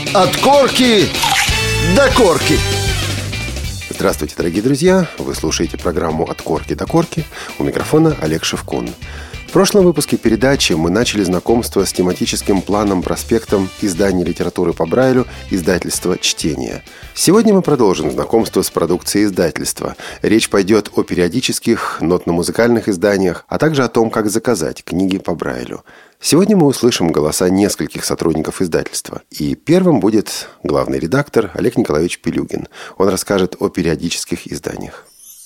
От корки до корки. Здравствуйте, дорогие друзья! Вы слушаете программу «От корки до корки». У микрофона Олег Шевкун. В прошлом выпуске передачи мы начали знакомство с тематическим планом-проспектом издания литературы по Брайлю издательства «Чтение». Сегодня мы продолжим знакомство с продукцией издательства. Речь пойдет о периодических нотно-музыкальных изданиях, а также о том, как заказать книги по Брайлю. Сегодня мы услышим голоса нескольких сотрудников издательства. И первым будет главный редактор Олег Николаевич Пилюгин. Он расскажет о периодических изданиях.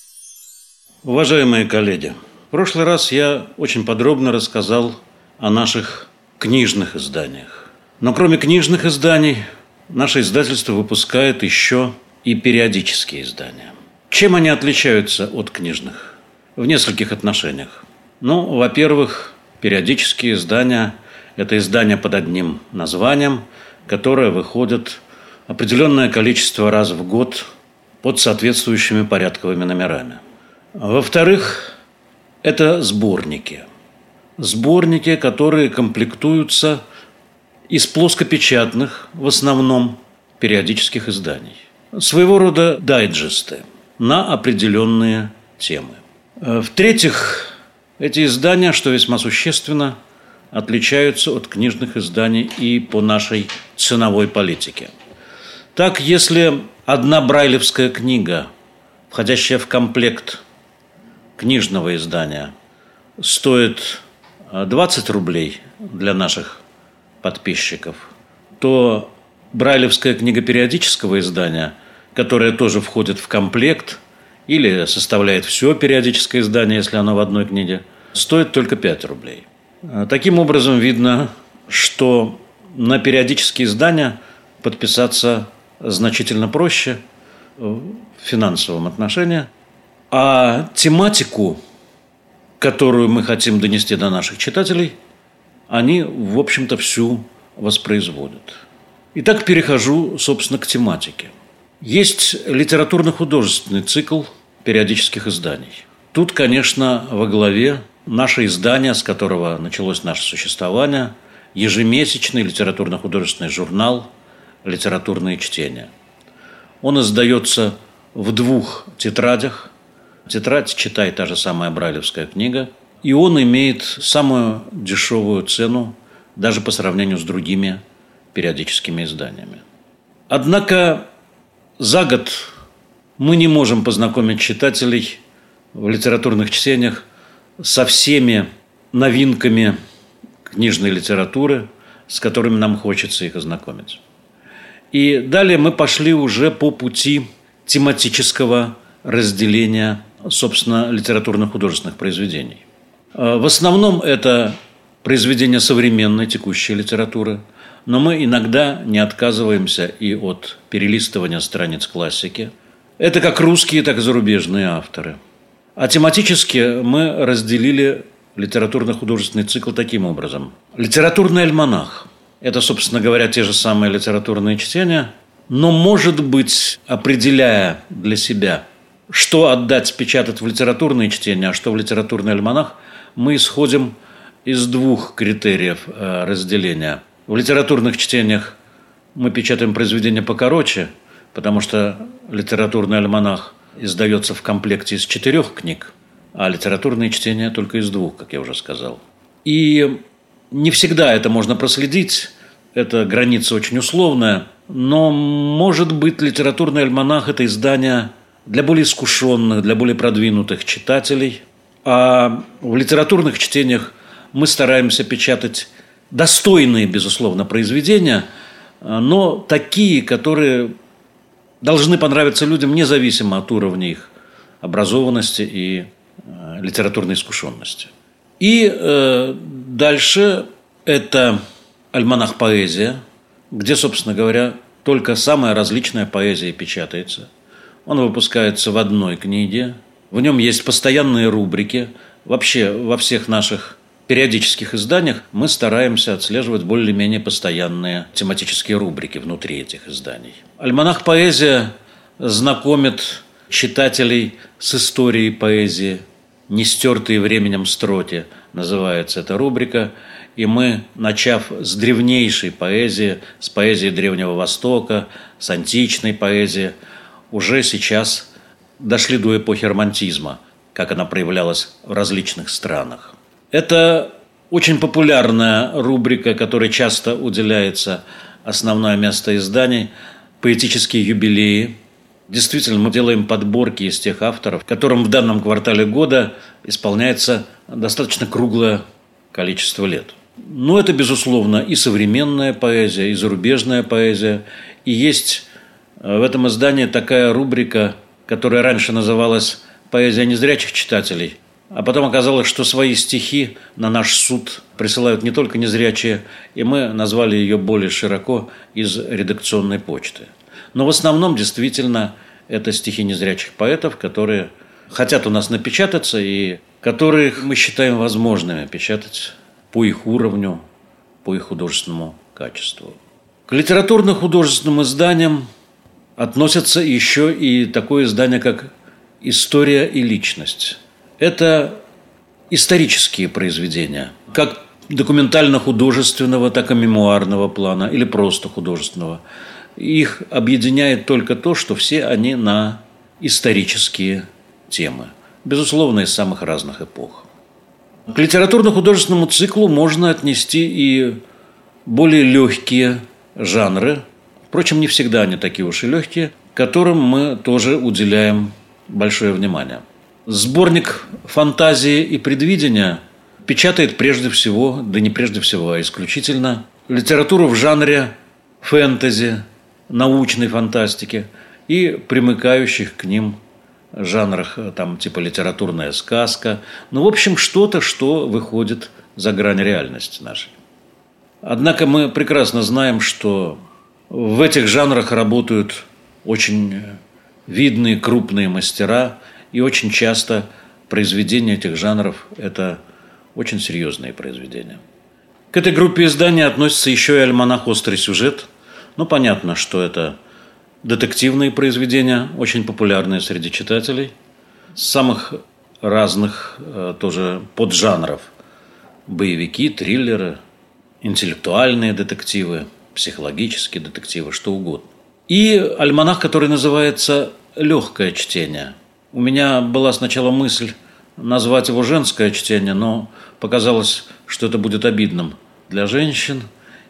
Уважаемые коллеги, в прошлый раз я очень подробно рассказал о наших книжных изданиях. Но кроме книжных изданий, наше издательство выпускает еще и периодические издания. Чем они отличаются от книжных? В нескольких отношениях. Во-первых, периодические издания – это издания под одним названием, которые выходят определенное количество раз в год под соответствующими порядковыми номерами. Во-вторых, это сборники. Сборники, которые комплектуются из плоскопечатных, в основном, периодических изданий. Своего рода дайджесты на определенные темы. В-третьих, эти издания, что весьма существенно, отличаются от книжных изданий и по нашей ценовой политике. Так, если одна брайлевская книга, входящая в комплект книжного издания, стоит 20 рублей для наших подписчиков, то брайлевская книга периодического издания, которая тоже входит в комплект или составляет все периодическое издание, если оно в одной книге, стоит только 5 рублей. Таким образом, видно, что на периодические издания подписаться значительно проще в финансовом отношении. А тематику, которую мы хотим донести до наших читателей, они, в общем-то, всю воспроизводят. Итак, перехожу, собственно, к тематике. Есть литературно-художественный цикл периодических изданий. Тут, конечно, во главе наше издание, с которого началось наше существование, ежемесячный литературно-художественный журнал «Литературные чтения». Он издается в 2 тетрадях. Тетрадь «Читай» – та же самая брайлевская книга. И он имеет самую дешевую цену даже по сравнению с другими периодическими изданиями. Однако за год мы не можем познакомить читателей в литературных чтениях со всеми новинками книжной литературы, с которыми нам хочется их ознакомить. И далее мы пошли уже по пути тематического разделения, собственно, литературно-художественных произведений. В основном это произведения современной текущей литературы, но мы иногда не отказываемся и от перелистывания страниц классики. Это как русские, так и зарубежные авторы. А тематически мы разделили литературно-художественный цикл таким образом. Литературный альманах – это, собственно говоря, те же самые литературные чтения, но, может быть, определяя для себя, что отдать печатать в литературные чтения, а что в литературный альманах, мы исходим из 2 критериев разделения. В литературных чтениях мы печатаем произведения покороче, потому что литературный альманах издается в комплекте из 4 книг, а литературные чтения только из 2, как я уже сказал. И не всегда это можно проследить, эта граница очень условная, но, может быть, литературный альманах – это издание для более искушенных, для более продвинутых читателей. А в литературных чтениях мы стараемся печатать достойные, безусловно, произведения, но такие, которые должны понравиться людям независимо от уровня их образованности и литературной искушенности. И дальше это альманах «Поэзия», где, собственно говоря, только самая различная поэзия печатается. Он выпускается в одной книге. В нем есть постоянные рубрики. Вообще во всех наших периодических изданиях мы стараемся отслеживать более-менее постоянные тематические рубрики внутри этих изданий. Альманах «Поэзия» знакомит читателей с историей поэзии, не стертые временем строки, называется эта рубрика. И мы, начав с древнейшей поэзии, с поэзии Древнего Востока, с античной поэзии, уже сейчас дошли до эпохи романтизма, как она проявлялась в различных странах. Это очень популярная рубрика, которой часто уделяется основное место изданий – поэтические юбилеи. Действительно, мы делаем подборки из тех авторов, которым в данном квартале года исполняется достаточно круглое количество лет. Но это, безусловно, и современная поэзия, и зарубежная поэзия. И есть в этом издании такая рубрика, которая раньше называлась «Поэзия незрячих читателей», а потом оказалось, что свои стихи на наш суд присылают не только незрячие, и мы назвали ее более широко из редакционной почты. Но в основном, действительно, это стихи незрячих поэтов, которые хотят у нас напечататься и которых мы считаем возможными печатать по их уровню, по их художественному качеству. К литературно-художественным изданиям относятся еще и такое издание, как «История и личность». Это исторические произведения, как документально-художественного, так и мемуарного плана, или просто художественного. Их объединяет только то, что все они на исторические темы, безусловно, из самых разных эпох. К литературно-художественному циклу можно отнести и более легкие жанры, впрочем, не всегда они такие уж и легкие, которым мы тоже уделяем большое внимание. Сборник фантазии и предвидения печатает прежде всего, да не прежде всего, а исключительно литературу в жанре фэнтези, научной фантастики и примыкающих к ним жанрах, там, типа литературная сказка. Ну, в общем, что-то, что выходит за грань реальности нашей. Однако мы прекрасно знаем, что в этих жанрах работают очень видные крупные мастера, и очень часто произведения этих жанров – это очень серьезные произведения. К этой группе изданий относится еще и альманах «Острый сюжет». Ну, понятно, что это детективные произведения, очень популярные среди читателей, самых разных тоже поджанров. Боевики, триллеры, интеллектуальные детективы, психологические детективы, что угодно. И альманах, который называется «Легкое чтение». У меня была сначала мысль назвать его «Женское чтение», но показалось, что это будет обидным для женщин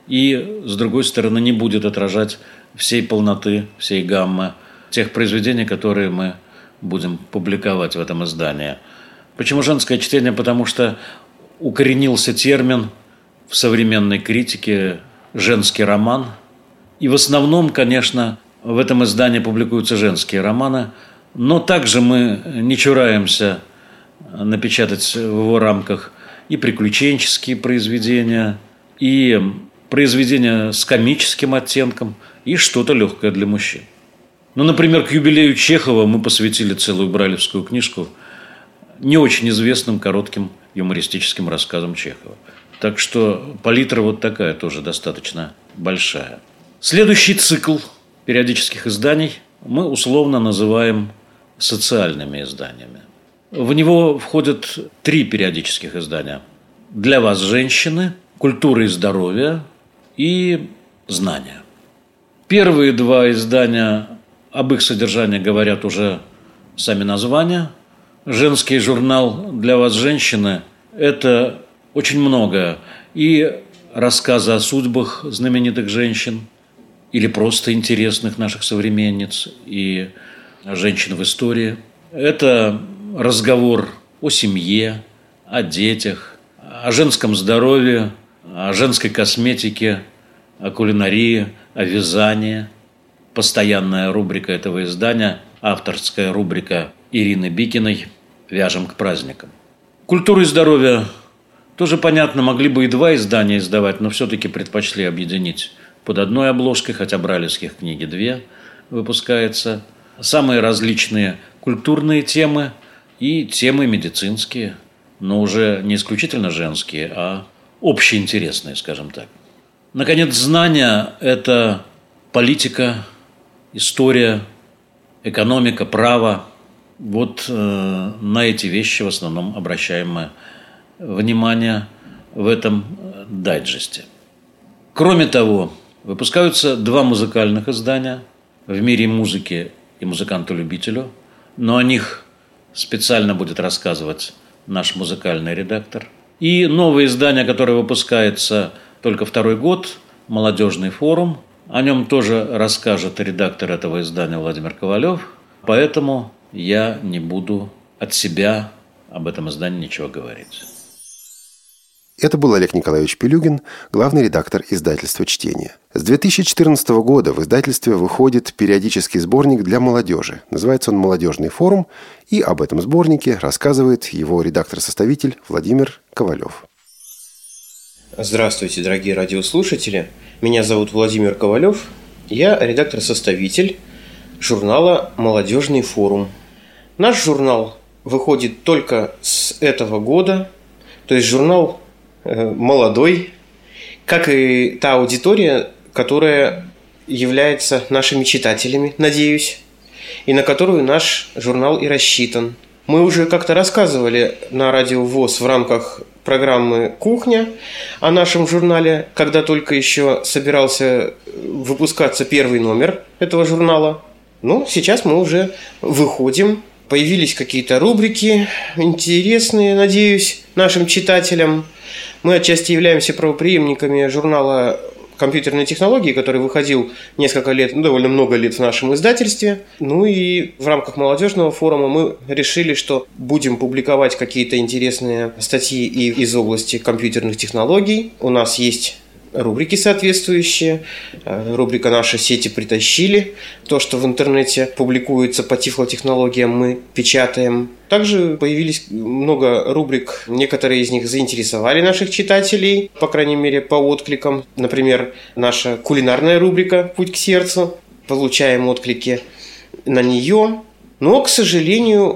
и, с другой стороны, не будет отражать всей полноты, всей гаммы тех произведений, которые мы будем публиковать в этом издании. Почему «Женское чтение»? Потому что укоренился термин в современной критике «женский роман». И в основном, конечно, в этом издании публикуются женские романы, но также мы не чураемся напечатать в его рамках и приключенческие произведения, и произведения с комическим оттенком, и что-то легкое для мужчин. Ну, например, к юбилею Чехова мы посвятили целую брайлевскую книжку не очень известным коротким юмористическим рассказам Чехова. Так что палитра вот такая тоже достаточно большая. Следующий цикл периодических изданий мы условно называем социальными изданиями. В него входят 3 периодических издания. «Для вас, женщины», «Культура и здоровье» и «Знания». Первые 2 издания, об их содержании говорят уже сами названия. Женский журнал «Для вас, женщины» – это очень многое. И рассказы о судьбах знаменитых женщин, или просто интересных наших современниц и женщин в истории. Это разговор о семье, о детях, о женском здоровье, о женской косметике, о кулинарии, о вязании. Постоянная рубрика этого издания, авторская рубрика Ирины Бикиной «Вяжем к праздникам». «Культуру и здоровье» тоже, понятно, могли бы и 2 издания издавать, но все-таки предпочли объединить под одной обложкой, хотя брайлевских книги 2 выпускается. Самые различные культурные темы и темы медицинские, но уже не исключительно женские, а общеинтересные, скажем так. Наконец, знания – это политика, история, экономика, право. Вот на эти вещи в основном обращаем мы внимание. в этом дайджесте. Кроме того, выпускаются 2 музыкальных издания «В мире музыки» и «Музыканту-любителю», но о них специально будет рассказывать наш музыкальный редактор. И новое издание, которое выпускается только 2-й год, «Молодежный форум». О нем тоже расскажет редактор этого издания Владимир Ковалев. Поэтому я не буду от себя об этом издании ничего говорить. Это был Олег Николаевич Пилюгин, главный редактор издательства «Чтение». С 2014 года в издательстве выходит периодический сборник для молодежи. Называется он «Молодежный форум», и об этом сборнике рассказывает его редактор-составитель Владимир Ковалев. Здравствуйте, дорогие радиослушатели. Меня зовут Владимир Ковалев. Я редактор-составитель журнала «Молодежный форум». Наш журнал выходит только с этого года, то есть журнал молодой, как и та аудитория, которая является нашими читателями, надеюсь, и на которую наш журнал и рассчитан. Мы уже как-то рассказывали на Радио ВОС в рамках программы «Кухня» о нашем журнале, когда только еще собирался выпускаться 1-й номер этого журнала. Ну, сейчас мы уже выходим. Появились какие-то рубрики интересные, надеюсь, нашим читателям. Мы отчасти являемся правопреемниками журнала «Компьютерные технологии», который выходил несколько лет, довольно много лет в нашем издательстве. Ну и в рамках молодежного форума мы решили, что будем публиковать какие-то интересные статьи и из области компьютерных технологий. У нас есть рубрики соответствующие. Рубрика «Наши сети притащили». То, что в интернете публикуется по тифлотехнологиям, мы печатаем. Также появились много рубрик. Некоторые из них заинтересовали наших читателей, по крайней мере, по откликам. Например, наша кулинарная рубрика «Путь к сердцу». Получаем отклики на нее. Но, к сожалению,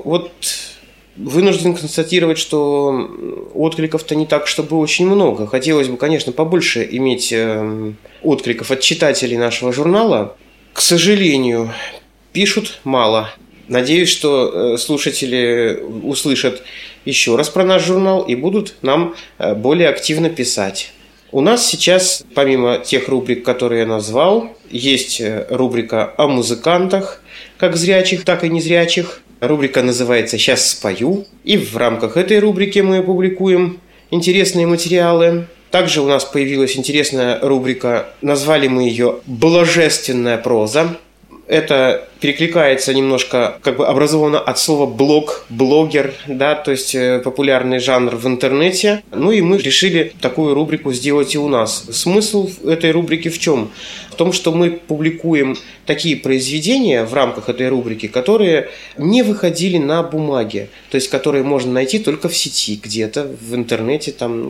вынужден констатировать, что откликов-то не так, чтобы очень много. Хотелось бы, конечно, побольше иметь откликов от читателей нашего журнала. К сожалению, пишут мало. Надеюсь, что слушатели услышат еще раз про наш журнал и будут нам более активно писать. У нас сейчас, помимо тех рубрик, которые я назвал, есть рубрика о музыкантах, как зрячих, так и незрячих. Рубрика называется «Сейчас спою», и в рамках этой рубрики мы публикуем интересные материалы. Также у нас появилась интересная рубрика, назвали мы ее «Божественная проза». Это перекликается немножко, образовано от слова «блог», «блогер», да, то есть популярный жанр в интернете. Ну и мы решили такую рубрику сделать и у нас. Смысл этой рубрики в чем? В том, что мы публикуем такие произведения в рамках этой рубрики, которые не выходили на бумаге, то есть которые можно найти только в сети, где-то в интернете.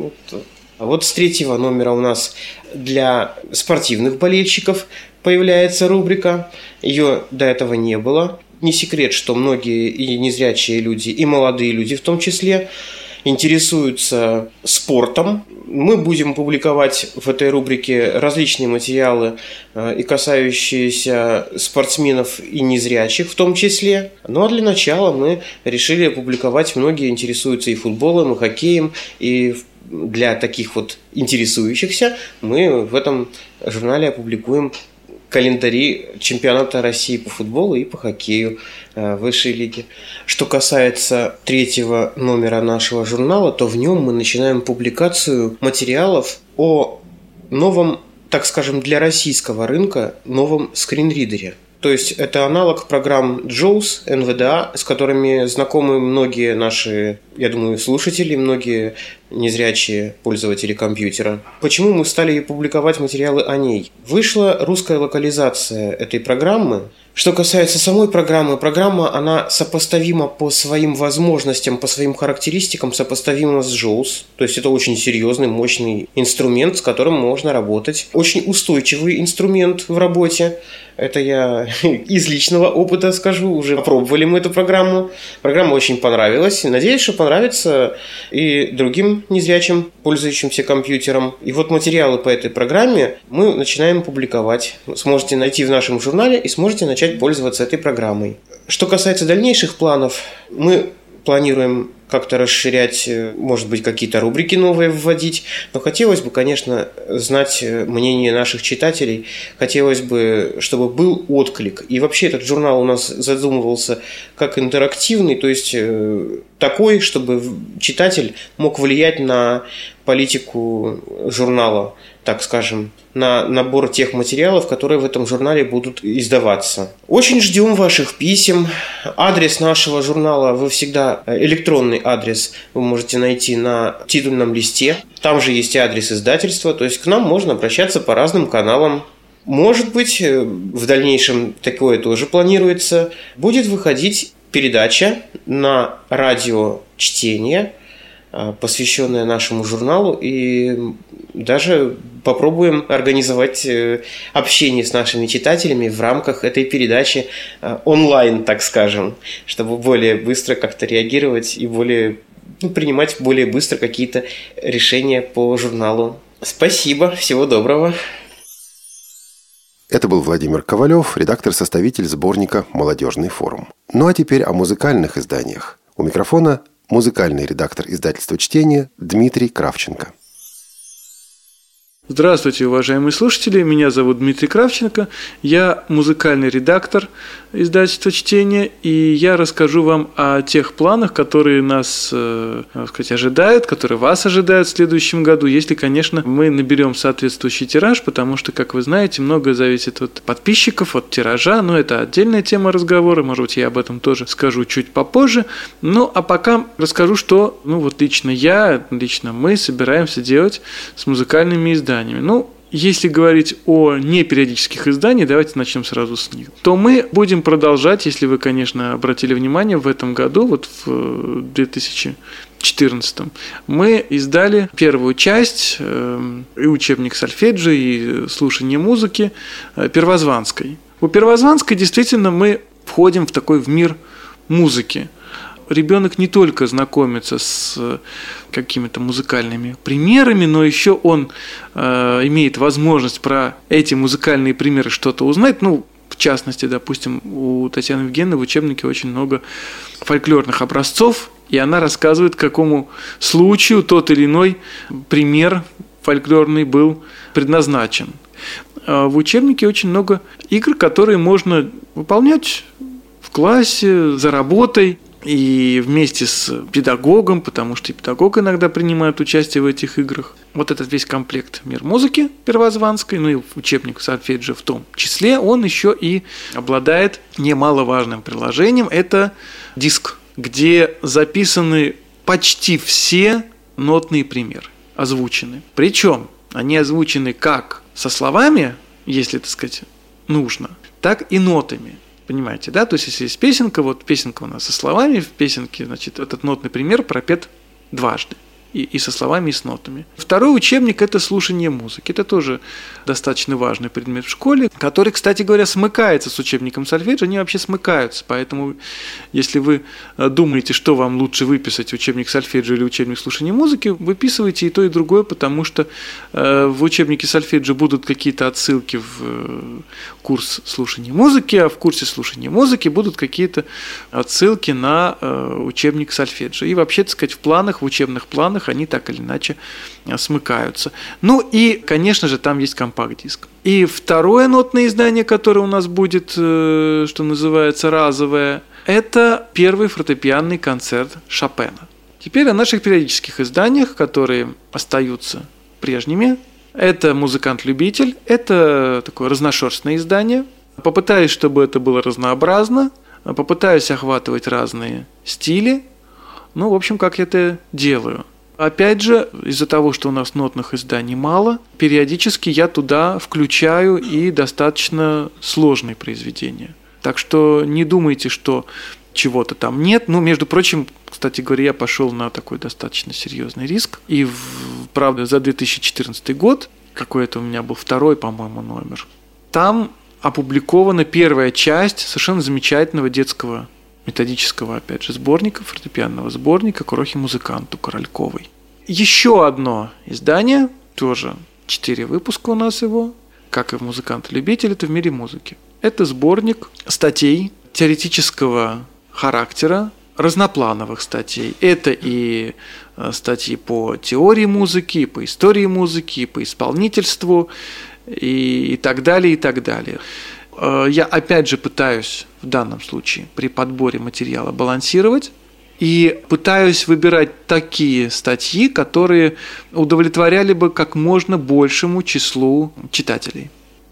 А вот с 3-го номера у нас для спортивных болельщиков появляется рубрика. Ее до этого не было. Не секрет, что многие и незрячие люди, и молодые люди в том числе интересуются спортом. Мы будем публиковать в этой рубрике различные материалы, и касающиеся спортсменов и незрячих в том числе. Ну а для начала мы решили опубликовать, многие интересуются и футболом, и хоккеем, и для таких интересующихся мы в этом журнале опубликуем календари чемпионата России по футболу и по хоккею высшей лиги. Что касается 3-го номера нашего журнала, то в нем мы начинаем публикацию материалов о новом, так скажем, для российского рынка новом скринридере. То есть это аналог программ JAWS, NVDA, с которыми знакомы многие наши, я думаю, слушатели, многие незрячие пользователи компьютера. Почему мы стали публиковать материалы о ней? Вышла русская локализация этой программы. Что касается самой программы, программа, она сопоставима по своим возможностям, по своим характеристикам, сопоставима с JAWS. То есть это очень серьезный, мощный инструмент, с которым можно работать. Очень устойчивый инструмент в работе. Это я из личного опыта скажу. Уже попробовали мы эту программу. Программа очень понравилась. Надеюсь, что понравится и другим незрячим, пользующимся компьютером. И материалы по этой программе мы начинаем публиковать. Сможете найти в нашем журнале и сможете начать пользоваться этой программой. Что касается дальнейших планов, мы планируем как-то расширять, может быть, какие-то рубрики новые вводить. Но хотелось бы, конечно, знать мнение наших читателей. Хотелось бы, чтобы был отклик. И вообще этот журнал у нас задумывался как интерактивный, то есть такой, чтобы читатель мог влиять на политику журнала, так скажем, на набор тех материалов, которые в этом журнале будут издаваться. Очень ждем ваших писем. Адрес нашего журнала вы всегда, электронный адрес вы можете найти на титульном листе. Там же есть и адрес издательства, то есть к нам можно обращаться по разным каналам. Может быть, в дальнейшем такое тоже планируется. Будет выходить передача на радио «Чтение», посвященная нашему журналу, и даже попробуем организовать общение с нашими читателями в рамках этой передачи онлайн, так скажем, чтобы более быстро как-то реагировать и принимать более быстро какие-то решения по журналу. Спасибо, всего доброго. Это был Владимир Ковалев, редактор-составитель сборника «Молодежный форум». Ну а теперь о музыкальных изданиях. У микрофона музыкальный редактор издательства «Чтение» Дмитрий Кравченко. Здравствуйте, уважаемые слушатели, меня зовут Дмитрий Кравченко, я музыкальный редактор издательства «Чтение», и я расскажу вам о тех планах, которые нас, ожидают, которые вас ожидают в следующем году, если, конечно, мы наберем соответствующий тираж, потому что, как вы знаете, многое зависит от подписчиков, от тиража, но это отдельная тема разговора, может быть, я об этом тоже скажу чуть попозже. Ну, а пока расскажу, что, лично мы собираемся делать с музыкальными изданиями. Ну, если говорить о непериодических изданиях, давайте начнем сразу с них. То мы будем продолжать, если вы, конечно, обратили внимание, в этом году, вот в 2014, мы издали первую часть, и учебник сольфеджио, и слушание музыки Первозванской. У Первозванской действительно мы входим в мир музыки. Ребенок не только знакомится с какими-то музыкальными примерами, но еще он имеет возможность про эти музыкальные примеры что-то узнать. Ну, в частности, допустим, у Татьяны Евгеньевны в учебнике очень много фольклорных образцов, и она рассказывает, к какому случаю тот или иной пример фольклорный был предназначен. В учебнике очень много игр, которые можно выполнять в классе, за работой, и вместе с педагогом, потому что и педагог иногда принимает участие в этих играх. Вот этот весь комплект «Мир музыки» Первозванской, ну и учебник сольфеджио в том числе, он еще и обладает немаловажным приложением. Это диск, где записаны почти все нотные примеры, озвучены. Причем они озвучены как со словами, если, так сказать, нужно, так и нотами. Понимаете, да? То есть, если есть песенка, вот песенка у нас со словами, в песенке, значит, этот нотный пример пропет дважды. И со словами, и с нотами. Второй учебник – это слушание музыки. Это тоже достаточно важный предмет в школе, который, кстати говоря, смыкается с учебником сольфеджио. Они вообще смыкаются. Поэтому, если вы думаете, что вам лучше выписать, учебник сольфеджио или учебник слушания музыки, выписывайте и то, и другое, потому что в учебнике сольфеджио будут какие-то отсылки в курс слушания музыки, а в курсе слушания музыки будут какие-то отсылки на учебник сольфеджио. И вообще, так сказать, в учебных планах они так или иначе смыкаются. Ну и, конечно же, там есть компакт-диск. И второе нотное издание, которое у нас будет, что называется, разовое, это первый фортепианный концерт Шопена. Теперь о наших периодических изданиях, которые остаются прежними. Это «Музыкант-любитель», это такое разношерстное издание. Попытаюсь, чтобы это было разнообразно, попытаюсь охватывать разные стили. Ну, в общем, как я это делаю. Опять же, из-за того, что у нас нотных изданий мало, периодически я туда включаю и достаточно сложные произведения. Так что не думайте, что чего-то там нет. Ну, между прочим, кстати говоря, я пошел на такой достаточно серьезный риск. И, правда, за 2014 год, какой-то у меня был второй, по-моему, номер, там опубликована первая часть совершенно замечательного детского методического, опять же, сборника, фортепианного сборника «Крохи музыканту» Корольковой. Еще одно издание, тоже 4 выпуска у нас его, как и «Музыкант-любитель», это «В мире музыки». Это сборник статей теоретического характера, разноплановых статей. Это и статьи по теории музыки, и по истории музыки, и по исполнительству, и так далее, и так далее. Я опять же пытаюсь в данном случае при подборе материала балансировать и пытаюсь выбирать такие статьи, которые удовлетворяли бы как можно большему числу читателей.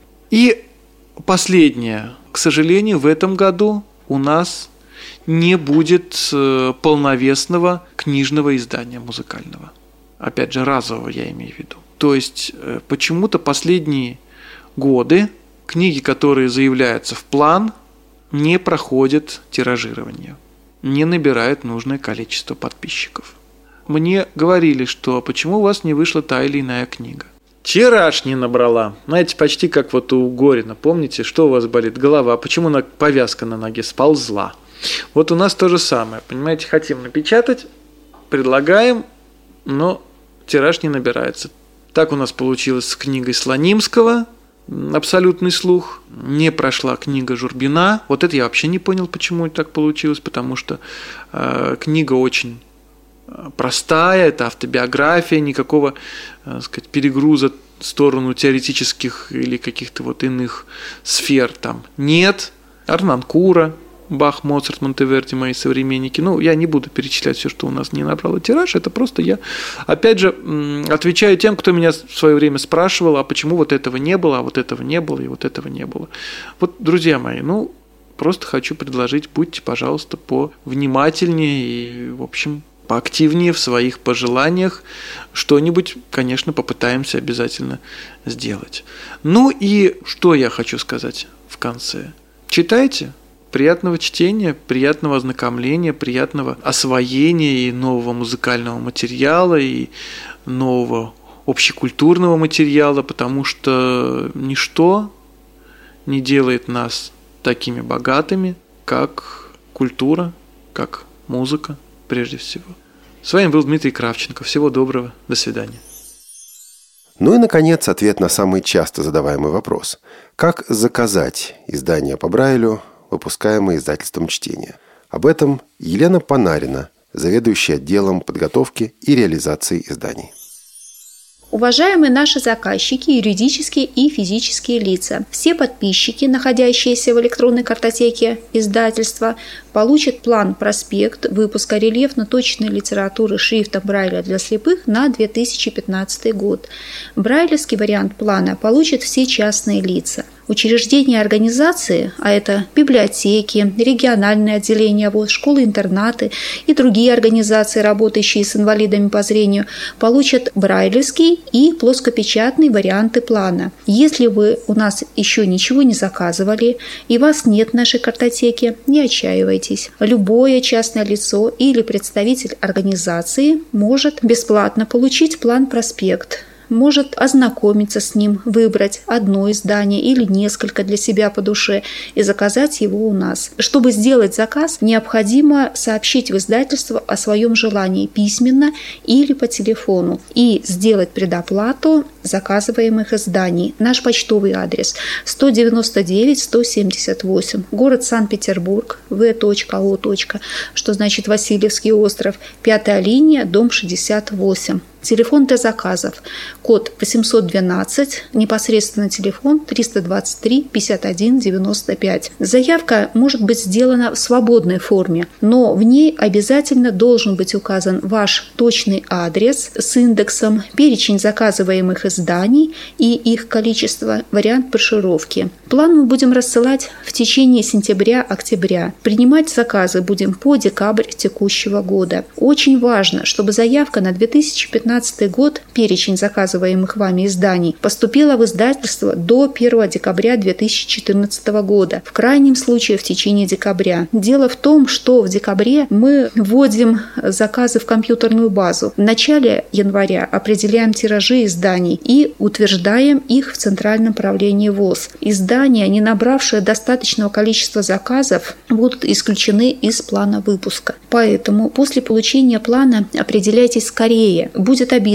И последнее. К сожалению, в этом году у нас не будет полновесного книжного издания музыкального. Опять же, разового я имею в виду. То есть, почему-то последние годы книги, которые заявляются в план, не проходят тиражирование, не набирают нужное количество подписчиков. Мне говорили, что почему у вас не вышла та или иная книга. Тираж не набрала. Знаете, почти как вот у Горина. Помните, что у вас болит? Голова. Почему повязка на ноге сползла? Вот у нас то же самое. Понимаете, хотим напечатать, предлагаем, но тираж не набирается. Так у нас получилось с книгой Слонимского «Абсолютный слух». Не прошла книга Журбина. Вот это я вообще не понял, почему так получилось, потому что книга очень простая, это автобиография, никакого, так сказать, перегруза в сторону теоретических или каких-то вот иных сфер там нет. Арнанкура, Бах, Моцарт, Монтеверди, мои современники. Я не буду перечислять все, что у нас не набрало тираж. Это просто я, опять же, отвечаю тем, кто меня в свое время спрашивал, а почему вот этого не было, а вот этого не было, и вот этого не было. Вот, друзья мои, просто хочу предложить, будьте, пожалуйста, повнимательнее и, в общем, поактивнее в своих пожеланиях. Что-нибудь, конечно, попытаемся обязательно сделать. И что я хочу сказать в конце. Читайте. Приятного чтения, приятного ознакомления, приятного освоения и нового музыкального материала, и нового общекультурного материала, потому что ничто не делает нас такими богатыми, как культура, как музыка прежде всего. С вами был Дмитрий Кравченко. Всего доброго. До свидания. И, наконец, ответ на самый часто задаваемый вопрос. Как заказать издание по Брайлю, выпускаемые издательством «Чтение». Об этом Елена Панарина, заведующая отделом подготовки и реализации изданий. Уважаемые наши заказчики, юридические и физические лица, все подписчики, находящиеся в электронной картотеке издательства, получат план-проспект выпуска рельефно-точной литературы шрифтом Брайля для слепых на 2015 год. Брайлевский вариант плана получат все частные лица. Учреждения и организации, а это библиотеки, региональные отделения ВОС, школы-интернаты и другие организации, работающие с инвалидами по зрению, получат брайлевский и плоскопечатные варианты плана. Если вы у нас еще ничего не заказывали и вас нет в нашей картотеке, не отчаивайтесь. Любое частное лицо или представитель организации может бесплатно получить план-проспект, может ознакомиться с ним, выбрать одно издание или несколько для себя по душе и заказать его у нас. Чтобы сделать заказ, необходимо сообщить в издательство о своем желании письменно или по телефону и сделать предоплату заказываемых изданий. Наш почтовый адрес 199-178, город Санкт-Петербург, В.О. что значит Васильевский остров, 5-я линия, дом 68. Телефон для заказов. Код 812, непосредственно телефон 323 51 95. Заявка может быть сделана в свободной форме, но в ней обязательно должен быть указан ваш точный адрес с индексом, перечень заказываемых изданий и их количество, вариант брошюровки. План мы будем рассылать в течение сентября-октября. Принимать заказы будем по декабрь текущего года. Очень важно, чтобы заявка на 2015 год, перечень заказываемых вами изданий, поступила в издательство до 1 декабря 2014 года, в крайнем случае в течение декабря. Дело в том, что в декабре мы вводим заказы в компьютерную базу. В начале января определяем тиражи изданий и утверждаем их в Центральном правлении ВОС. Издания, не набравшие достаточного количества заказов, будут исключены из плана выпуска. Поэтому после получения плана определяйтесь скорее. Будет обидно, если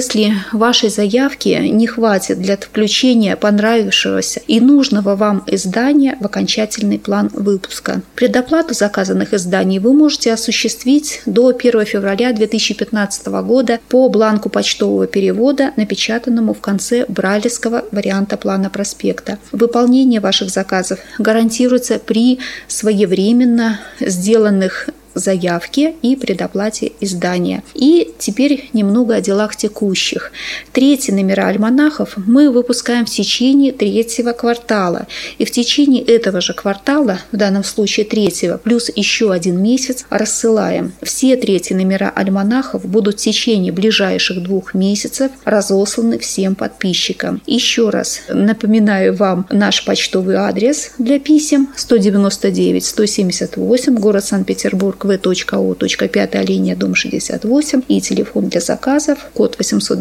если вашей заявки не хватит для включения понравившегося и нужного вам издания в окончательный план выпуска. Предоплату заказанных изданий вы можете осуществить до 1 февраля 2015 года по бланку почтового перевода, напечатанному в конце брайлевского варианта плана проспекта. Выполнение ваших заказов гарантируется при своевременно сделанных заявки и предоплате издания. И теперь немного о делах текущих. 3 номера альманахов мы выпускаем в течение 3-го квартала. И в течение этого же квартала, в данном случае 3-го, плюс еще 1 месяц, рассылаем. Все 3 номера альманахов будут в течение ближайших 2 месяцев разосланы всем подписчикам. Еще раз напоминаю вам наш почтовый адрес для писем: 199-178, город Санкт-Петербург, v.o.5, линия, дом 68, и телефон для заказов, код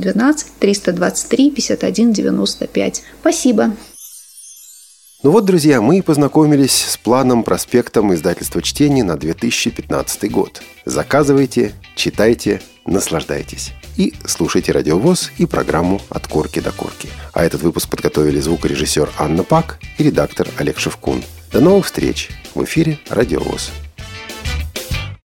812-323-51-95. Спасибо. Ну вот, друзья, мы познакомились с планом, проспектом издательства «Чтение» на 2015 год. Заказывайте, читайте, наслаждайтесь. И слушайте Радио ВОС и программу «От корки до корки». А этот выпуск подготовили звукорежиссер Анна Пак и редактор Олег Шевкун. До новых встреч в эфире Радио ВОС.